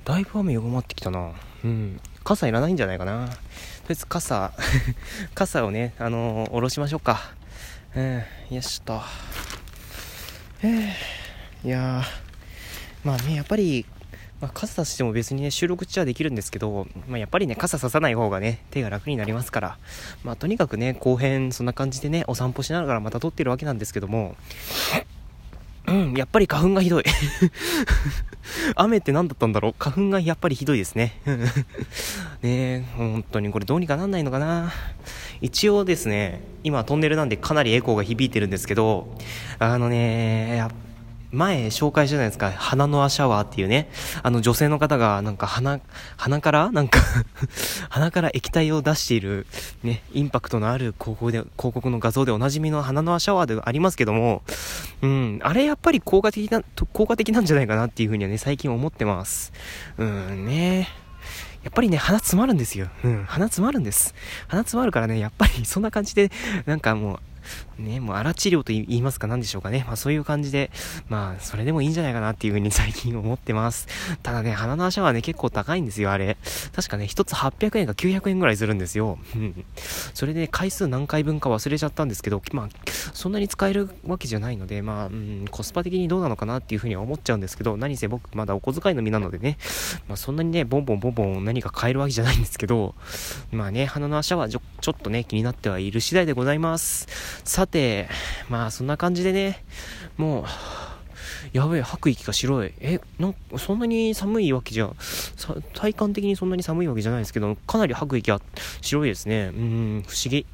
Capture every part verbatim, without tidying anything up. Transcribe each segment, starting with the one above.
だいぶ雨弱まってきたな。うん。傘いらないんじゃないかな。とりあえず傘、傘をね、あのー、下ろしましょうか。うん、よしと。えー、いやー、まあね、やっぱり、まあ、傘さしても別にね、収録中はできるんですけど、まあ、やっぱりね、傘ささない方がね、手が楽になりますから、まあ、とにかくね、後編、そんな感じでね、お散歩しながらまた撮ってるわけなんですけども、うん、やっぱり花粉がひどい。雨って何だったんだろう。花粉がやっぱりひどいですね。ねえ、本当にこれどうにかなんないのかな。一応ですね、今トンネルなんでかなりエコーが響いてるんですけど、あのね、やっ前紹介したじゃないですか、鼻のシャワーっていうね、あの女性の方がなんか鼻鼻からなんか鼻から液体を出しているね、インパクトのある広告で広告の画像でおなじみの鼻のシャワーでありますけども、うん、あれやっぱり効果的な効果的なんじゃないかなっていう風にはね、最近思ってます。うんね。やっぱりね、鼻詰まるんですよ。うん、鼻詰まるんです。鼻詰まるからね、やっぱりそんな感じでなんかもうね、もう荒治療と言いますか何でしょうかね。まあそういう感じで、まあそれでもいいんじゃないかなっていう風に最近思ってます。ただね、鼻のシャワーね、結構高いんですよ、あれ。確かね、一つはっぴゃくえんかきゅうひゃくえんぐらいするんですよ。うん。それで回数何回分か忘れちゃったんですけど、まあそんなに使えるわけじゃないので、まあ、うん、コスパ的にどうなのかなっていう風には思っちゃうんですけど、何せ僕まだお小遣いの身なのでね、まあそんなにね、ボンボンボンボン何か買えるわけじゃないんですけど、まあね、鼻のシャワーちょ、ちょっとね、気になってはいる次第でございます。さて、まあそんな感じでね、もうやべえ、吐く息が白い。え、なんかそんなに寒いわけじゃ、体感的にそんなに寒いわけじゃないですけど、かなり吐く息が白いですね。うーん、不思議。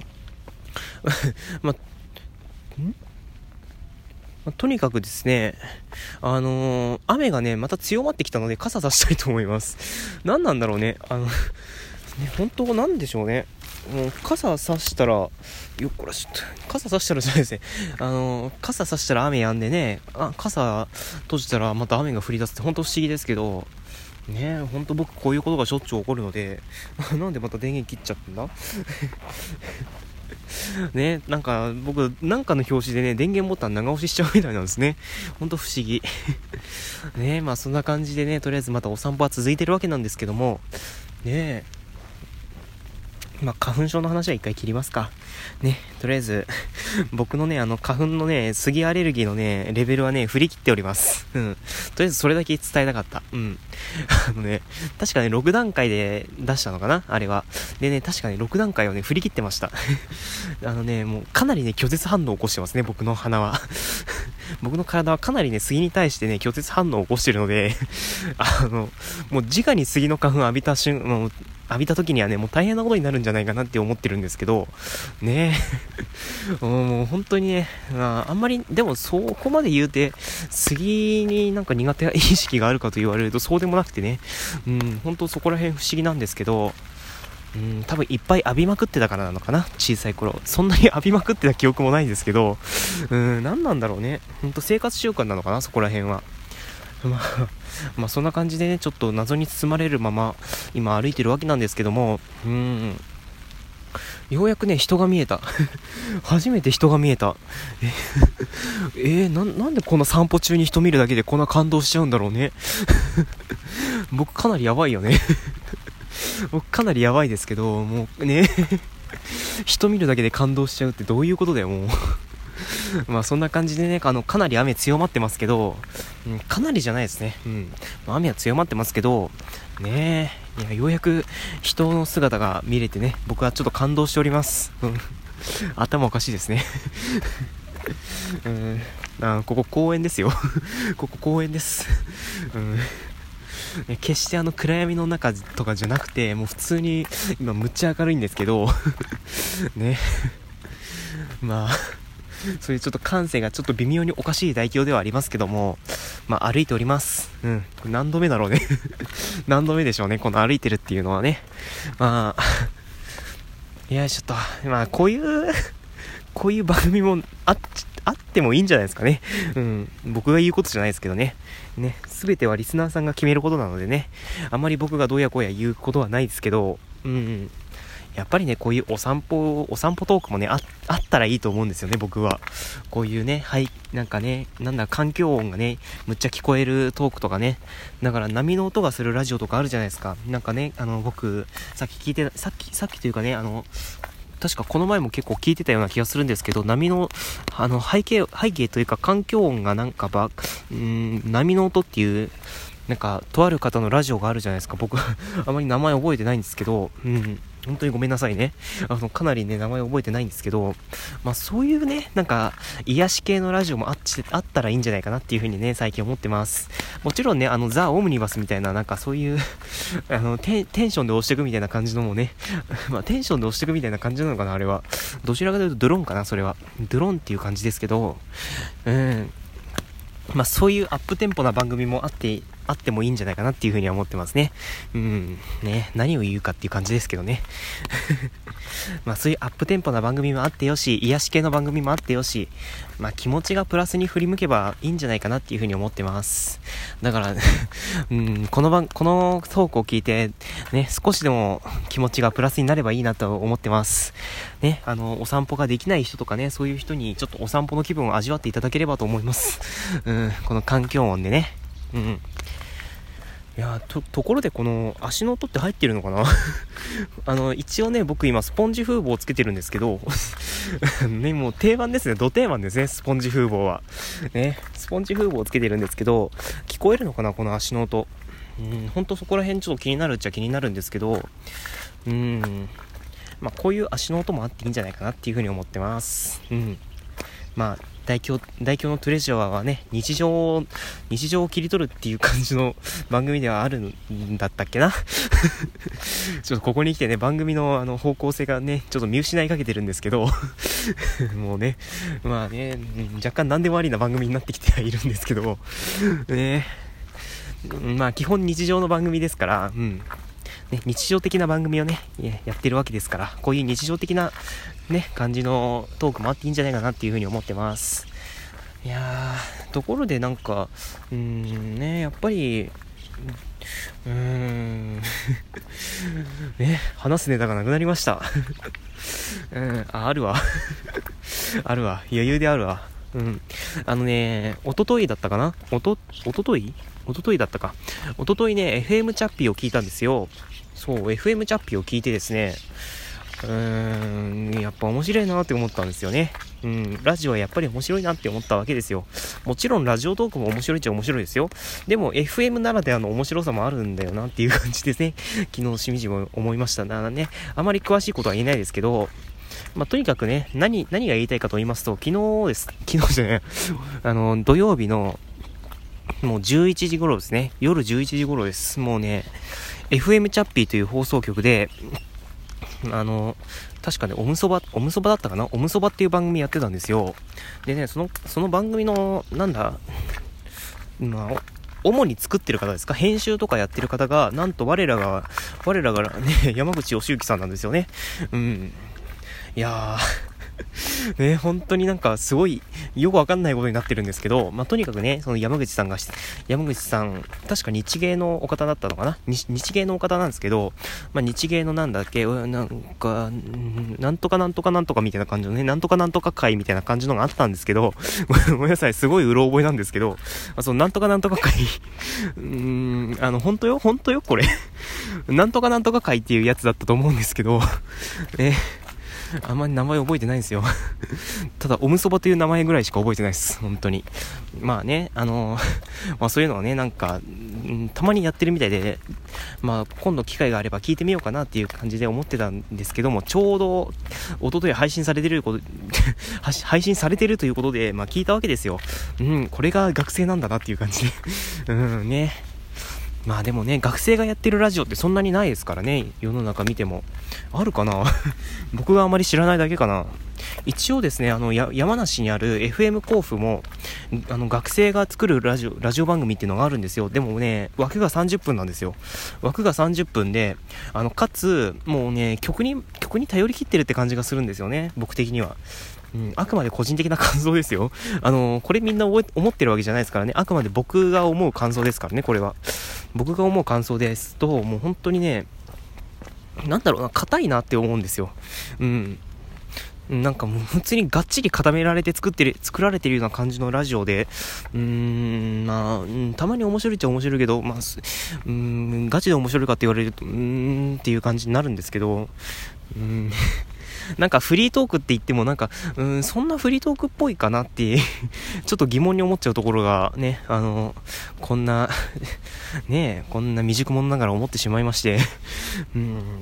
まんまとにかくですね、あのー、雨がねまた強まってきたので傘さしたいと思います。何なんだろうね、あのね、本当なんでしょうね。もう傘さしたらよっこらしょっと傘さしたらじゃないですね、あのー、傘さしたら雨やんでね、あ傘閉じたらまた雨が降り出すって本当不思議ですけどね。本当僕こういうことがしょっちゅう起こるのでなんでまた電源切っちゃったんだね、なんか僕なんかの表紙でね電源ボタン長押ししちゃうみたいなんですね。ほんと不思議ね。まあそんな感じでね、とりあえずまたお散歩は続いてるわけなんですけどもね。まあ花粉症の話は一回切りますかね。とりあえず僕のねあの花粉のね杉アレルギーのねレベルはね振り切っております。うん。とりあえずそれだけ伝えたかった。うん。あのね確かねろく段階で出したのかなあれは。でね確かねろく段階をね振り切ってました。あのねもうかなりね拒絶反応を起こしてますね、僕の鼻は。僕の体はかなりね杉に対してね拒絶反応を起こしてるのであのもう直に杉の花粉を浴びた瞬もう浴びた時にはねもう大変なことになるんじゃないかなって思ってるんですけどね。もう本当にね、まあ、あんまりでもそこまで言うて杉になんか苦手意識があるかと言われるとそうでもなくてね、うん本当そこら辺不思議なんですけど、うん多分いっぱい浴びまくってたからなのかな。小さい頃そんなに浴びまくってた記憶もないんですけど、うん何なんだろうね、本当生活習慣なのかなそこら辺は。まあ、まあそんな感じでねちょっと謎に包まれるまま今歩いてるわけなんですけども、うーんようやくね人が見えた初めて人が見えた。ええー、な, なんでこんな散歩中に人見るだけでこんな感動しちゃうんだろうね僕かなりやばいよね僕かなりやばいですけどもうね人見るだけで感動しちゃうってどういうことだよもうまあそんな感じでね、あのかなり雨強まってますけど、うん、かなりじゃないですね、うんまあ、雨は強まってますけどねえ、いやようやく人の姿が見れてね僕はちょっと感動しております、うん、頭おかしいですねうんあここ公園ですよここ公園です、うん決してあの暗闇の中とかじゃなくてもう普通に今むっちゃ明るいんですけどねまあそういうちょっと感性がちょっと微妙におかしい代表ではありますけども、まあ歩いております。うん。何度目だろうね何度目でしょうね、この歩いてるっていうのはね。まあいやちょっとまあこういうこういう番組もあっあってもいいんじゃないですかね。うん。僕が言うことじゃないですけどね。ね。すべてはリスナーさんが決めることなのでね。あんまり僕がどうやこうや言うことはないですけど、うん、うん。 やっぱりね、こういうお散歩、お散歩トークもね、あ、あったらいいと思うんですよね、僕は。こういうね、はい、なんかね、なんだ、環境音がね、むっちゃ聞こえるトークとかね、だから波の音がするラジオとかあるじゃないですか。なんかね、あの、僕、さっき聞いて、さっき、さっきというかね、あの、確かこの前も結構聞いてたような気がするんですけど、波の、あの、背景、背景というか環境音がなんかば、うーん、波の音っていう、なんか、とある方のラジオがあるじゃないですか。僕、あまり名前覚えてないんですけど、うん、本当にごめんなさいね。あの、かなりね、名前覚えてないんですけど、まあそういうね、なんか、癒し系のラジオもあっち、あったらいいんじゃないかなっていうふうにね、最近思ってます。もちろんね、あの、ザ・オムニバスみたいな、なんかそういうあのテ、テンションで押していくみたいな感じのもね、まあテンションで押していくみたいな感じなのかな、あれは。どちらかというとドローンかな、それは。ドローンっていう感じですけど、うん。まあそういうアップテンポな番組もあって、あってもいいんじゃないかなっていうふうには思ってますね。うん。ね、何を言うかっていう感じですけどね。まあそういうアップテンポな番組もあってよし、癒し系の番組もあってよし、まあ気持ちがプラスに振り向けばいいんじゃないかなっていうふうに思ってます。だから、うん、この番、このトークを聞いて、ね、少しでも気持ちがプラスになればいいなと思ってます。ね、あの、お散歩ができない人とかね、そういう人にちょっとお散歩の気分を味わっていただければと思います。うん、この環境音でね。うん。いやと、ところでこの足の音って入ってるのかなあの、一応ね、僕今スポンジ風防をつけてるんですけど、ね、もう定番ですね、ド定番ですね、スポンジ風防は。ね、スポンジ風防をつけてるんですけど、聞こえるのかな、この足の音。うん、ほんとそこら辺ちょっと気になるっちゃ気になるんですけど、うん、まあこういう足の音もあっていいんじゃないかなっていうふうに思ってます。うん。まあ、大京、大京のトレジャーはね、日常、日常を切り取るっていう感じの番組ではあるんだったっけなちょっとここに来てね、番組のあの方向性がね、ちょっと見失いかけてるんですけどもうね、まあね、若干何でもありな番組になってきてはいるんですけど、ね、まあ基本日常の番組ですから、うん。ね、日常的な番組をね、やってるわけですから、こういう日常的なね、感じのトークもあっていいんじゃないかなっていうふうに思ってます。いやー、ところでなんか、うーんね、やっぱり、うーん、ね、話すネタがなくなりました。うん、あ、あるわ。あるわ。余裕であるわ。うん。あのね、おとといだったかなおと、おとといおとといだったか。おとといね、エフエム チャッピーを聞いたんですよ。そう、エフエム チャッピーを聞いてですね、うーん、やっぱ面白いなって思ったんですよね。うん、ラジオはやっぱり面白いなって思ったわけですよ。もちろんラジオトークも面白いっちゃ面白いですよ。でも エフエム ならではの面白さもあるんだよなっていう感じですね。昨日しみじみ思いました。だからね、あまり詳しいことは言えないですけど、まあ、とにかくね、何、何が言いたいかと言いますと、昨日です。昨日じゃない、あの、土曜日の、もうじゅういちじ頃ですね。夜じゅういちじ頃です。もうね、エフエム チャッピーという放送局で、あの、確かね、おむそば、おむそばだったかなおむそばっていう番組やってたんですよ。でね、その、その番組の、なんだ、まあ、主に作ってる方ですか、編集とかやってる方が、なんと我らが、我らがね、山口義行さんなんですよね。うん。いやー、ね、本当になんかすごいよくわかんないことになってるんですけど、まあ、とにかくね、その山口さんが、山口さん、確か日芸のお方だったのかな、日, 日芸のお方なんですけど、まあ、日芸のなんだっけ、なんか、なんとかなんとかなんとかみたいな感じのね、なんとかなんとか会みたいな感じのがあったんですけど、ごめんなさい、すごいうろ覚えなんですけど、まあ、そのなんとかなんとか会、うーん、あの、本当よ、本当よ、これ。なんとかなんとか会っていうやつだったと思うんですけど、ね、あんまり名前覚えてないんですよ。ただおむそばという名前ぐらいしか覚えてないです、本当に。まあね、あのまあそういうのはね、なんか、うん、たまにやってるみたいで、まあ今度機会があれば聞いてみようかなっていう感じで思ってたんですけども、ちょうど一昨日配信されてること配信されてるということで、まあ聞いたわけですよ。うん、これが学生なんだなっていう感じで、うんね。まあでもね、学生がやってるラジオってそんなにないですからね、世の中見ても。あるかな僕があまり知らないだけかな。一応ですね、あの、や山梨にある エフエム 甲府も、あの、学生が作るラジオ、ラジオ番組っていうのがあるんですよ。でもね、枠がさんじゅっぷんなんですよ。枠がさんじゅっぷんで、あの、かつ、もうね、曲に、曲に頼り切ってるって感じがするんですよね、僕的には。うん、あくまで個人的な感想ですよ。あのー、これみんな思ってるわけじゃないですからね。あくまで僕が思う感想ですからね、これは。僕が思う感想ですと、もう本当にね、 なんだろうな、硬いなって思うんですよ。うん。なんかもう普通にがっちり固められて作ってる、作られてるような感じのラジオで、うーん、まあ、うん、たまに面白いっちゃ面白いけど、まあ、うーん、ガチで面白いかって言われると、うーんっていう感じになるんですけど、うーん、なんかフリートークって言ってもなんか、うーん、そんなフリートークっぽいかなってちょっと疑問に思っちゃうところがね、あのこんなねえ、こんな未熟者ながら思ってしまいましてうん、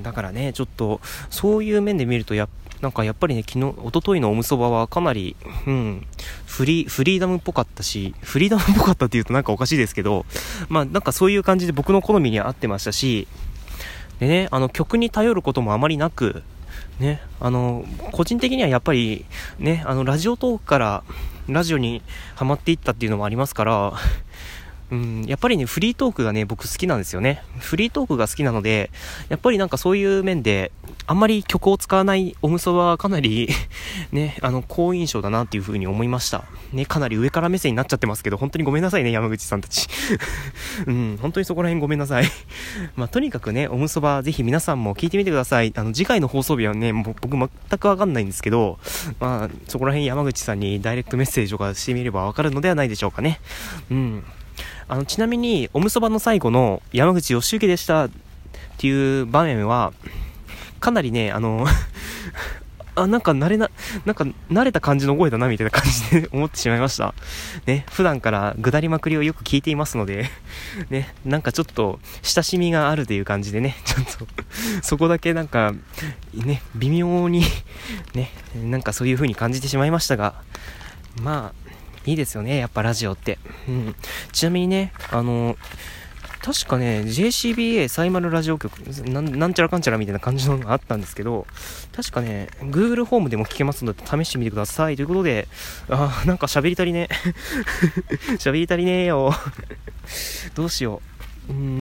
だからね、ちょっとそういう面で見るとやなんかやっぱりね、昨日一昨日のおむそばはかなり、うん、フリーフリーダムっぽかったし、フリーダムっぽかったって言うとなんかおかしいですけど、まあなんかそういう感じで僕の好みには合ってましたし、でね、あの曲に頼ることもあまりなくね、あの個人的にはやっぱりね、あのラジオトークからラジオにハマっていったっていうのもありますから、うん、やっぱりね、フリートークがね、僕好きなんですよね。フリートークが好きなので、やっぱりなんかそういう面で、あんまり曲を使わないおむそはかなりね、あの、好印象だなっていう風に思いました。ね、かなり上から目線になっちゃってますけど、本当にごめんなさいね、山口さんたち。うん、本当にそこら辺ごめんなさい。まあ、とにかくね、おむそば、ぜひ皆さんも聞いてみてください。あの、次回の放送日はね、もう僕全くわかんないんですけど、まあ、そこら辺山口さんにダイレクトメッセージとかしてみればわかるのではないでしょうかね。うん。あのちなみにおむそばの最後の山口義行でしたっていう場面はかなりね、あのあ、なんか慣れななんか慣れた感じの声だなみたいな感じで思ってしまいましたね。普段からぐだりまくりをよく聞いていますのでね、なんかちょっと親しみがあるという感じでね、ちょっとそこだけなんかね、微妙にね、なんかそういう風に感じてしまいましたが、まあいいですよね、やっぱラジオって。うん、ちなみにね、あの確かね ジェーシービーエー サイマルラジオ局な ん, なんちゃらかんちゃらみたいな感じのがあったんですけど、確かね Google ホームでも聞けますので試してみてくださいということで、あーなんか喋り足りね喋り足りねえよどうしよう。うん